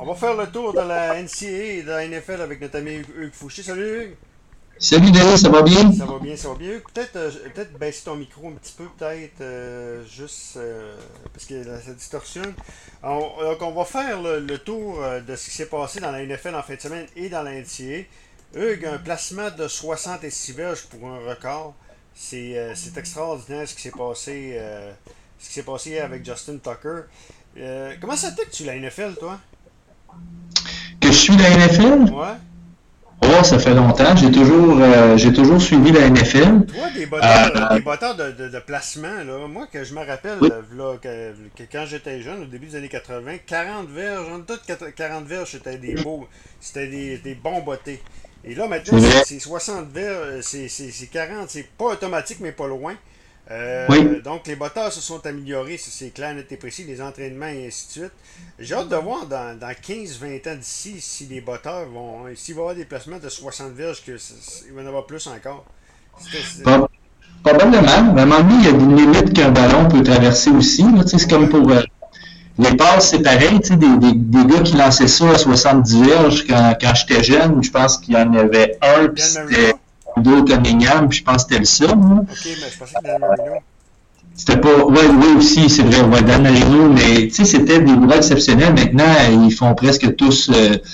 On va faire le tour de la NCAA et de la NFL avec notre ami Hugues Fouché. Salut Hugues! Salut Denis, ça va bien? Ça va bien, ça va bien. Hugues, peut-être baisser ton micro un petit peu, peut-être, juste parce que ça distorsionne. Donc, on va faire le tour de ce qui s'est passé dans la NFL en fin de semaine et dans la NCAA. Hugues, un placement de 66 verges pour un record. C'est extraordinaire ce qui s'est passé hier avec Justin Tucker. Comment ça fait que tu la NFL, toi? Que je suis la NFL? Ouais. Oh, ça fait longtemps. J'ai toujours suivi la NFL. Toi, des batteurs de placement, là, moi, que je me rappelle, Oui, là, que quand j'étais jeune, au début des années 80, 40 verges, en tout 40 verges, c'était des bons bottés. Et là, maintenant, c'est vrai. c'est 60 verges, c'est 40, c'est pas automatique, mais pas loin. Oui. Donc, les batteurs se sont améliorés, c'est clair, net et précis, les entraînements et ainsi de suite. J'ai hâte de voir dans 15-20 ans d'ici si les batteurs s'il va y avoir des placements de 60 verges, il va y en avoir plus encore. Prob- Probablement. Mais à un moment donné, il y a des limites qu'un ballon peut traverser aussi. Là. Tu sais, c'est comme Ouais. pour les passes, c'est pareil. Tu sais, des gars qui lançaient ça à 70 verges quand j'étais jeune, je pense qu'il y en avait un, puis Dan c'était Marino? Udo Cunningham, puis je pense que c'était le seul. Moi. Ok, mais je pensais que Dan Marino. C'était pas. Ouais, oui aussi, c'est vrai, ouais, Dan Marino, mais tu sais, c'était des gars exceptionnels. Maintenant, ils font presque tous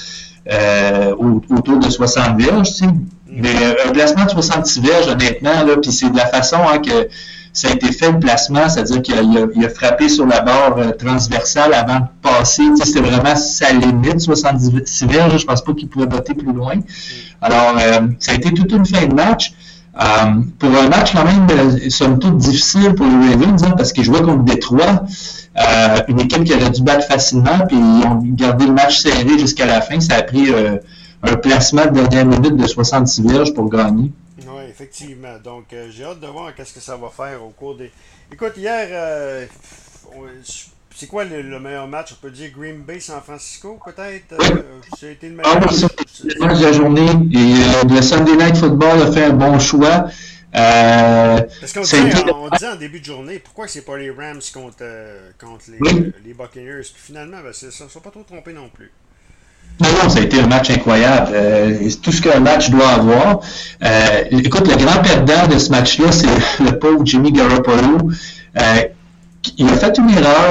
autour de 60 verges, tu sais. Mais Mhm. un placement de 66 verges, honnêtement, là, puis c'est de la façon que ça a été fait le placement, c'est-à-dire qu'il a frappé sur la barre transversale avant de passer. Tu sais, c'était vraiment sa limite, 66 verges. Je pense pas qu'il pouvait botter plus loin. Mhm. Alors, ça a été toute une fin de match. Pour un match quand même, somme toute difficile pour les Ravens, hein, parce qu'ils jouaient contre Détroit, une équipe qui aurait dû battre facilement, puis ils ont gardé le match serré jusqu'à la fin. Ça a pris un placement de dernière minute de 66 verges pour gagner. Oui, effectivement. Donc, j'ai hâte de voir qu'est-ce que ça va faire au cours des. Écoute, hier, c'est quoi le meilleur match? On peut dire Green Bay San Francisco, peut-être? Oui. Ça a été le Ah meilleur oui, ça, match. c'est le match de la journée. Et le Sunday Night Football a fait un bon choix. Parce qu'on Ça a disait, été. on disait en début de journée, pourquoi c'est pas les Rams contre Oui. les Buccaneers? Puis finalement, ben, ça ne sont pas trop trompés non plus. Non, non, ça a été un match incroyable. C'est tout ce qu'un match doit avoir. Écoute, le grand perdant de ce match-là, c'est le pauvre Jimmy Garoppolo. Euh, il a fait une erreur,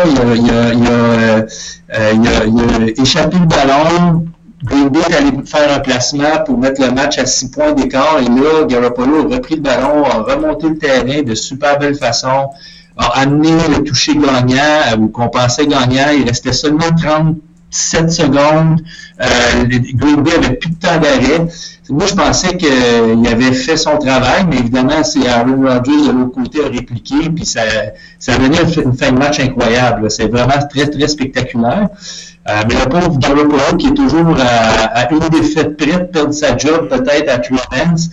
il a échappé le ballon. Green Bay est allé faire un placement pour mettre le match à 6 points d'écart. Et là, Garoppolo a repris le ballon, a remonté le terrain de super belle façon, a amené le toucher gagnant, ou qu'on pensait gagnant. Il restait seulement 37 secondes. Green Bay avait plus de temps d'arrêt. Moi, je pensais qu'il avait fait son travail, mais évidemment, c'est Aaron Rodgers de l'autre côté a répliqué, puis ça a donné une fin de match incroyable. Là. C'est vraiment très, très spectaculaire. Mais le pauvre Garoppolo, qui est toujours à une défaite près de perdre sa job, peut-être à Trey Lance,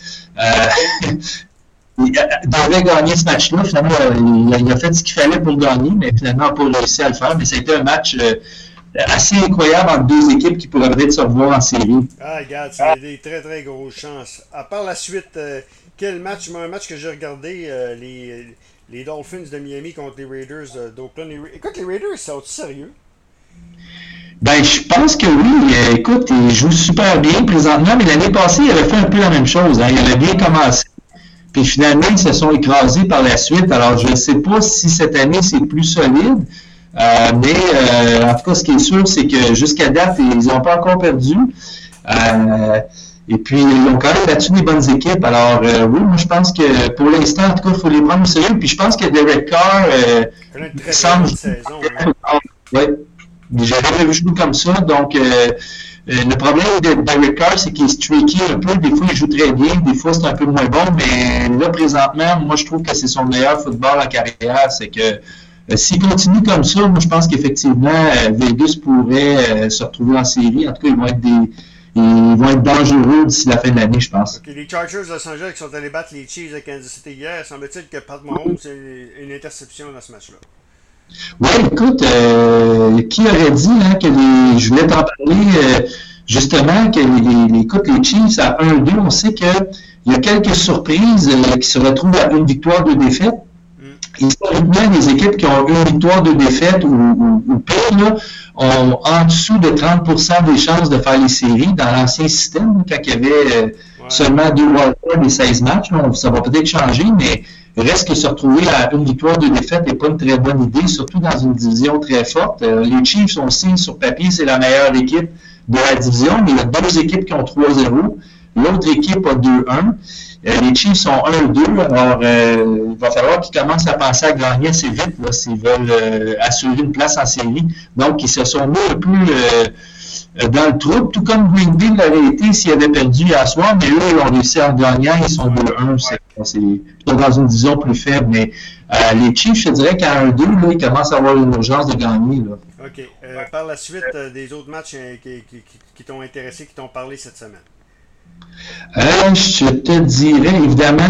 il devait gagner ce match-là. Finalement, il a fait ce qu'il fallait pour gagner, mais finalement, il n'a pas réussi à le faire. Mais c'était un match assez incroyable entre deux équipes qui pourraient peut-être se revoir en série. Ah, regarde, c'est des très très grosses chances. À part la suite, quel match? Moi, un match que j'ai regardé, les Dolphins de Miami contre les Raiders d'Oakland. Écoute, les Raiders, ça va-tu sérieux? Ben, je pense que oui. Écoute, il joue super bien présentement, mais l'année passée, il avait fait un peu la même chose. Hein. Il avait bien commencé. Puis finalement, ils se sont écrasés par la suite. Alors, je ne sais pas si cette année, c'est plus solide. Mais en tout cas, ce qui est sûr, c'est que jusqu'à date, ils n'ont pas encore perdu. Euh, et puis, ils ont quand même battu des bonnes équipes. Alors, oui, moi, je pense que pour l'instant, en tout cas, il faut les prendre au sérieux. Puis, je pense que Derek Carr On a une très très semble. bonne saison, hein? Ouais, j'ai jamais vu jouer comme ça. Donc, le problème de Derek Carr, c'est qu'il est streaky un peu. Des fois, il joue très bien. Des fois, c'est un peu moins bon. Mais là, présentement, moi, je trouve que c'est son meilleur football en carrière. C'est que s'il continue comme ça, moi, je pense qu'effectivement, Vegas pourrait se retrouver en série. En tout cas, ils vont être dangereux d'ici la fin de l'année, je pense. Ok, les Chargers de Los Angeles qui sont allés battre les Chiefs de Kansas City hier, semble-t-il que Pat Mahomes a une interception dans ce match-là. Oui, écoute, qui aurait dit hein, je voulais t'en parler justement que écoute, les Chiefs à 1-2, on sait qu'il y a quelques surprises qui se retrouvent à une victoire, deux défaites. Hmm. Historiquement, les équipes qui ont une victoire, deux défaites ou pire, là, ont en dessous de 30% des chances de faire les séries dans l'ancien système, quand il y avait seulement 2 wildcards et 16 matchs. Là, ça va peut-être changer, mais reste que se retrouver à une victoire, deux défaites n'est pas une très bonne idée, surtout dans une division très forte. Les Chiefs sont aussi, sur papier, c'est la meilleure équipe de la division, mais il y a 2 équipes qui ont 3-0. L'autre équipe a 2-1. Les Chiefs sont 1-2, alors il va falloir qu'ils commencent à penser à gagner assez vite là, s'ils veulent assurer une place en série. Donc, ils se sont mis un peu dans le trou, tout comme Green Bay l'avait été s'ils avaient perdu hier soir, mais eux, ils ont réussi en gagnant, ils sont 2-1, c'est plutôt dans une division plus faible, mais les Chiefs, je dirais qu'à 1-2, là, ils commencent à avoir une urgence de gagner. Là. OK. Par la suite, des autres matchs qui t'ont intéressé, qui t'ont parlé cette semaine? Je te dirais, évidemment,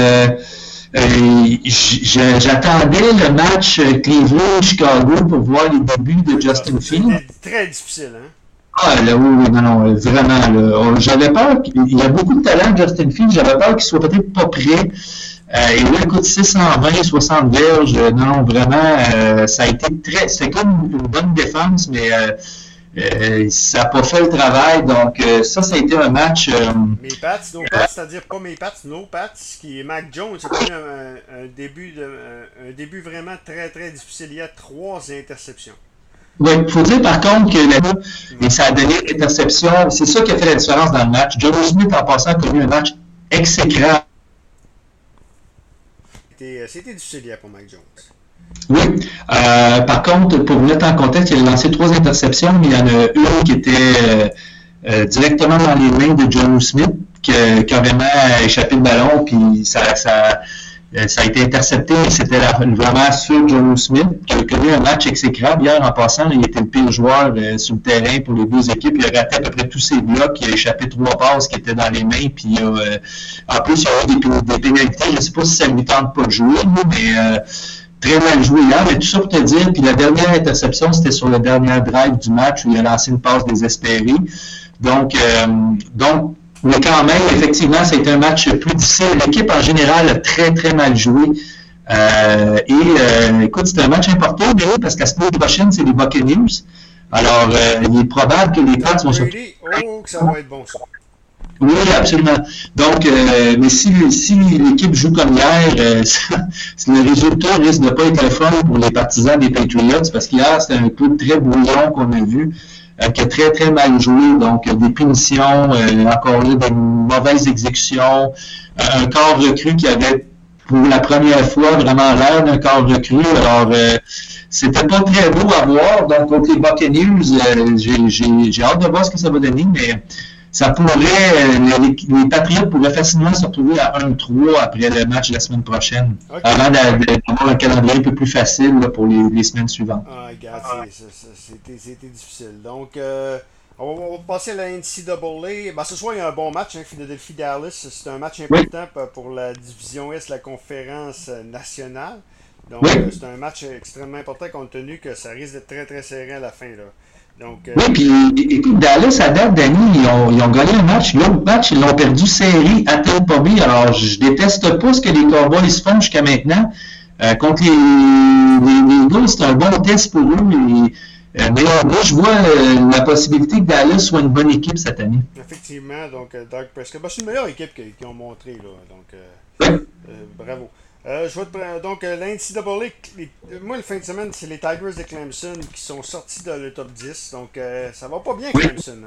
j'attendais le match Cleveland-Chicago pour voir les débuts de Justin Fields. C'était très difficile, hein? Ah, là, oui, non, vraiment. Là, j'avais peur, il y a beaucoup de talent, Justin Fields, j'avais peur qu'il soit peut-être pas prêt. Et là, écoute, 620, 60 verges, non, vraiment, ça a été c'était comme une bonne défense, mais ça n'a pas fait le travail, donc ça a été un match... Mes Pats, nos Pats, c'est-à-dire pas mes Pats, nos Pats, qui est Mac Jones, c'était un début vraiment très, très difficile. Il y a 3 interceptions. Oui, il faut dire par contre que ça a donné l'interception, c'est ça qui a fait la différence dans le match. Joe Smith, en passant, a connu un match exécrable. C'était difficile hier pour Mac Jones. Oui. Par contre, pour vous mettre en contexte, il a lancé 3 interceptions, mais il y en a une qui était directement dans les mains de Joe Smith, qui a carrément échappé le ballon, puis ça a été intercepté, mais c'était vraiment sur Joe Smith, qui a connu un match exécrable. Hier, en passant, il était le pire joueur sur le terrain pour les 2 équipes. Il a raté à peu près tous ses blocs, il a échappé 3 passes qui étaient dans les mains, puis en plus, il y a eu des pénalités. Je ne sais pas si ça lui tente pas de jouer, mais... très mal joué hier, mais tout ça pour te dire, puis la dernière interception, c'était sur le dernier drive du match où il a lancé une passe désespérée. Donc, mais quand même, effectivement, ça a été un match plus difficile. L'équipe, en général, a très, très mal joué. Écoute, c'est un match important, parce que la semaine prochaine, c'est les Buccaneers. Alors, il est probable que les Pats vont se... Oh, que ça va être bon, ça. Oui, absolument. Donc, mais si l'équipe joue comme hier, le résultat risque de ne pas être le fun pour les partisans des Patriots, parce qu'hier, c'était un peu très brouillon qu'on a vu, qui a très, très mal joué. Donc, des punitions, encore là, des mauvaises exécutions, un corps recru qui avait, pour la première fois, vraiment l'air d'un corps recru. Alors, c'était pas très beau à voir. Donc, contre les Buccaneers, j'ai hâte de voir ce que ça va donner, mais... ça pourrait, les Patriots pourraient facilement se retrouver à 1-3 après le match de la semaine prochaine, okay, avant d'avoir un calendrier un peu plus facile là, pour les semaines suivantes. Ah, regarde, c'était difficile. Donc, on va passer à la NCAA. Ben, ce soir, il y a un bon match, hein, Philadelphie-Dallas. C'est un match important pour la division Est de la conférence nationale. Donc, c'est un match extrêmement important compte tenu que ça risque d'être très, très serré à la fin, là. Donc, oui, puis écoute, Dallas, à date, Danny, ils ont gagné un match. L'autre match, ils l'ont perdu serré à Tampa Bay. Alors, je déteste pas ce que les Cowboys font jusqu'à maintenant. Contre les Eagles, c'est un bon test pour eux. Mais moi, je vois la possibilité que Dallas soit une bonne équipe cette année. Effectivement, donc, Doug Prescott. Ben, c'est une meilleure équipe qu'ils ont montré, là. Donc, bravo. Donc, l'NCAA, moi, le fin de semaine, c'est les Tigers de Clemson qui sont sortis dans le top 10. Donc, ça va pas bien, Clemson.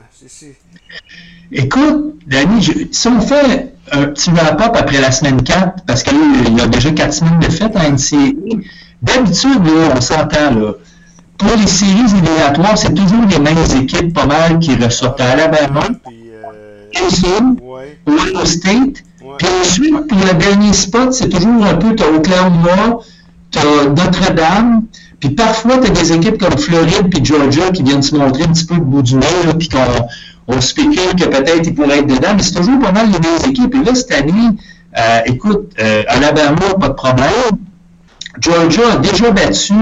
Écoute, Danny, si on fait un petit wrap-up après la semaine 4, parce qu'il y a déjà 4 semaines de fête en NCAA, d'habitude, là, on s'entend, là. Pour les séries éliminatoires, c'est toujours les mêmes équipes pas mal qui ressortent à Alabama, Clemson, Ohio State. Puis ensuite, pour le dernier spot, c'est toujours un peu, tu as Oklahoma, tu as Notre-Dame, puis parfois, tu as des équipes comme Floride puis Georgia qui viennent se montrer un petit peu le bout du nez, là, puis qu'on spécule que peut-être ils pourraient être dedans, mais c'est toujours pas mal les mêmes équipes. Et là, cette année, écoute, Alabama, pas de problème. Georgia a déjà battu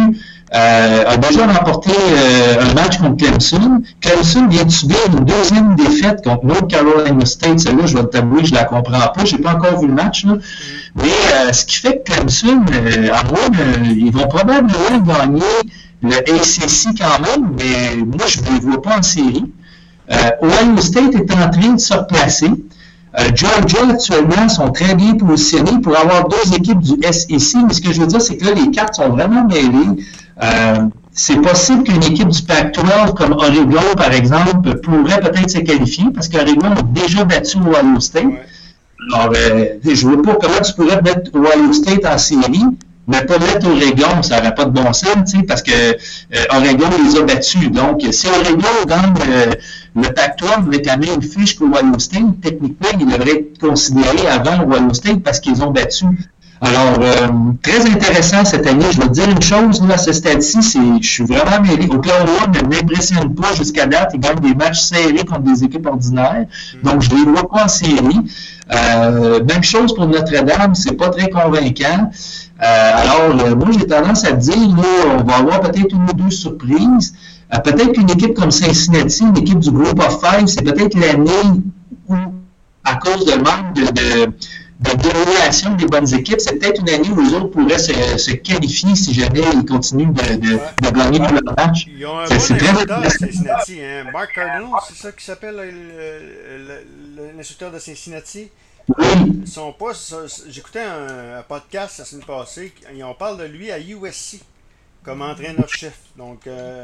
a déjà remporté un match contre Clemson. Clemson vient de subir une deuxième défaite contre North Carolina State. Celle-là, je vais t'avouer, je la comprends pas. J'ai pas encore vu le match, là. Mais ce qui fait que Clemson, ils vont probablement gagner le ACC quand même, mais moi, je ne les vois pas en série. Ohio State est en train de se replacer. Georgia, actuellement, sont très bien positionnés pour avoir deux équipes du SEC, mais ce que je veux dire, c'est que là, les cartes sont vraiment mêlées. C'est possible qu'une équipe du Pac-12, comme Oregon, par exemple, pourrait peut-être se qualifier, parce qu'Oregon a déjà battu Ohio State. Ouais. Alors, je ne vois pas comment tu pourrais mettre Ohio State en série, mais pas mettre Oregon, ça n'aurait pas de bon sens, tu sais, parce que Oregon les a battus. Donc, si Oregon gagne le Pac-12 avec la même fiche qu'Ohio State, techniquement, il devrait être considéré avant Ohio State parce qu'ils ont battu. Alors, très intéressant cette année. Je vais te dire une chose, là, à ce stade-ci, je suis vraiment mêlé. Oklahoma ne m'impressionne pas jusqu'à date. Ils gagnent des matchs serrés contre des équipes ordinaires. Donc, je ne les vois pas en série. Même chose pour Notre-Dame, c'est pas très convaincant. Alors, moi, j'ai tendance à te dire, là, on va avoir peut-être une ou deux surprises. Peut-être qu'une équipe comme Cincinnati, une équipe du Group of Five, c'est peut-être l'année où, à cause de manque de déroulation des bonnes équipes, c'est peut-être une année où les autres pourraient se qualifier si jamais ils continuent de gagner tous leurs matchs. Ils ont un bon instructeur, Cincinnati. Hein? Mark Cardinal, c'est ça qui s'appelle l'instructeur de Cincinnati. Oui. Son poste, j'écoutais un podcast la semaine passée, on parle de lui à USC comme entraîneur-chef. Donc,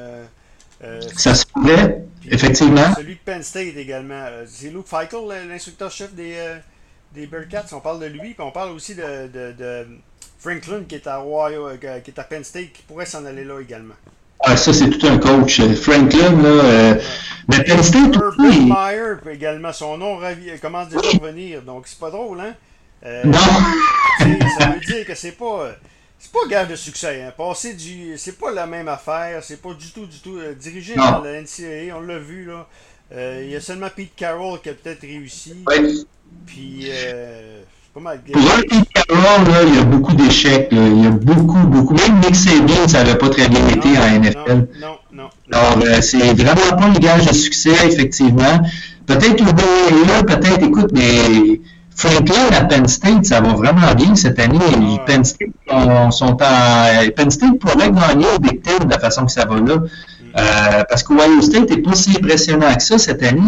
ça se pourrait, effectivement. Celui de Penn State également. C'est Luke Fickell, l'instructeur-chef des Bearcats. On parle de lui, puis on parle aussi de Franklin qui est à Ohio, qui est à Penn State, qui pourrait s'en aller là également. Ah, ça, c'est tout un coach. Franklin, là. Mais Penn State aussi. Meyer également, son nom commence déjà à revenir, donc c'est pas drôle, hein? Non! Ça veut dire que c'est pas gage de succès, hein. C'est pas la même affaire, c'est pas du tout dirigé dans la NCAA, on l'a vu, là. Il y a seulement Pete Carroll qui a peut-être réussi. Oui. Puis, pas mal. Pour un Pete Carroll, là, il y a beaucoup d'échecs. Il y a beaucoup. Même Nick Saban, ça n'avait pas très bien été en NFL. Non. Alors, c'est vraiment pas un gage de succès, effectivement. Peut-être au là, peut-être, écoute, mais Franklin à Penn State, ça va vraiment bien cette année. Penn State, Penn State pourrait gagner au Big Ten de la façon que ça va là. Parce qu'Ohio State n'est pas si impressionnant que ça cette année.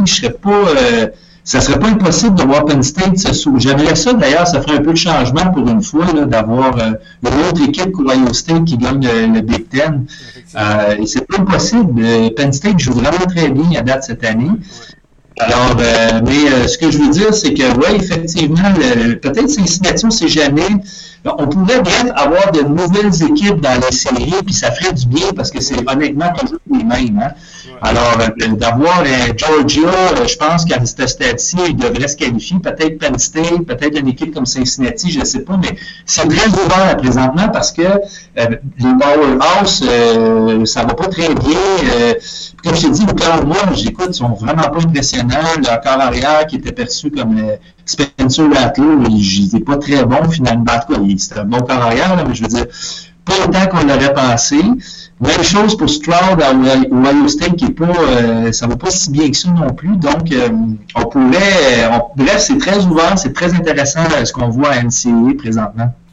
Ça serait pas impossible de voir Penn State se sauver. J'aimerais ça, d'ailleurs, ça ferait un peu de changement pour une fois, là, d'avoir une autre équipe qu'Ohio State qui gagne le Big Ten. Et c'est pas impossible. Penn State joue vraiment très bien à date cette année. Alors, mais ce que je veux dire, c'est que, oui, effectivement, peut-être Cincinnati, on ne sait jamais. On pourrait bien avoir de nouvelles équipes dans les séries, puis ça ferait du bien parce que c'est honnêtement toujours les mêmes. Hein? Alors, d'avoir Georgia, je pense qu'à ce stade-ci, ils devraient se qualifier. Peut-être Penn State, peut-être une équipe comme Cincinnati, je ne sais pas, mais c'est très ouvert présentement parce que les Powerhouse, ça va pas très bien. Comme je t'ai dit, moi, j'écoute, ils sont vraiment pas impressionnants. Leur corps arrière qui était perçu comme Spencer Rattler, il n'était pas très bon finalement. En tout cas, c'était un bon corps arrière, là, mais je veux dire, pas autant qu'on l'aurait pensé. Même chose pour Stroud à Ohio State, qui est pas, ça va pas si bien que ça non plus. Donc, bref, c'est très ouvert, c'est très intéressant ce qu'on voit à NCAA présentement.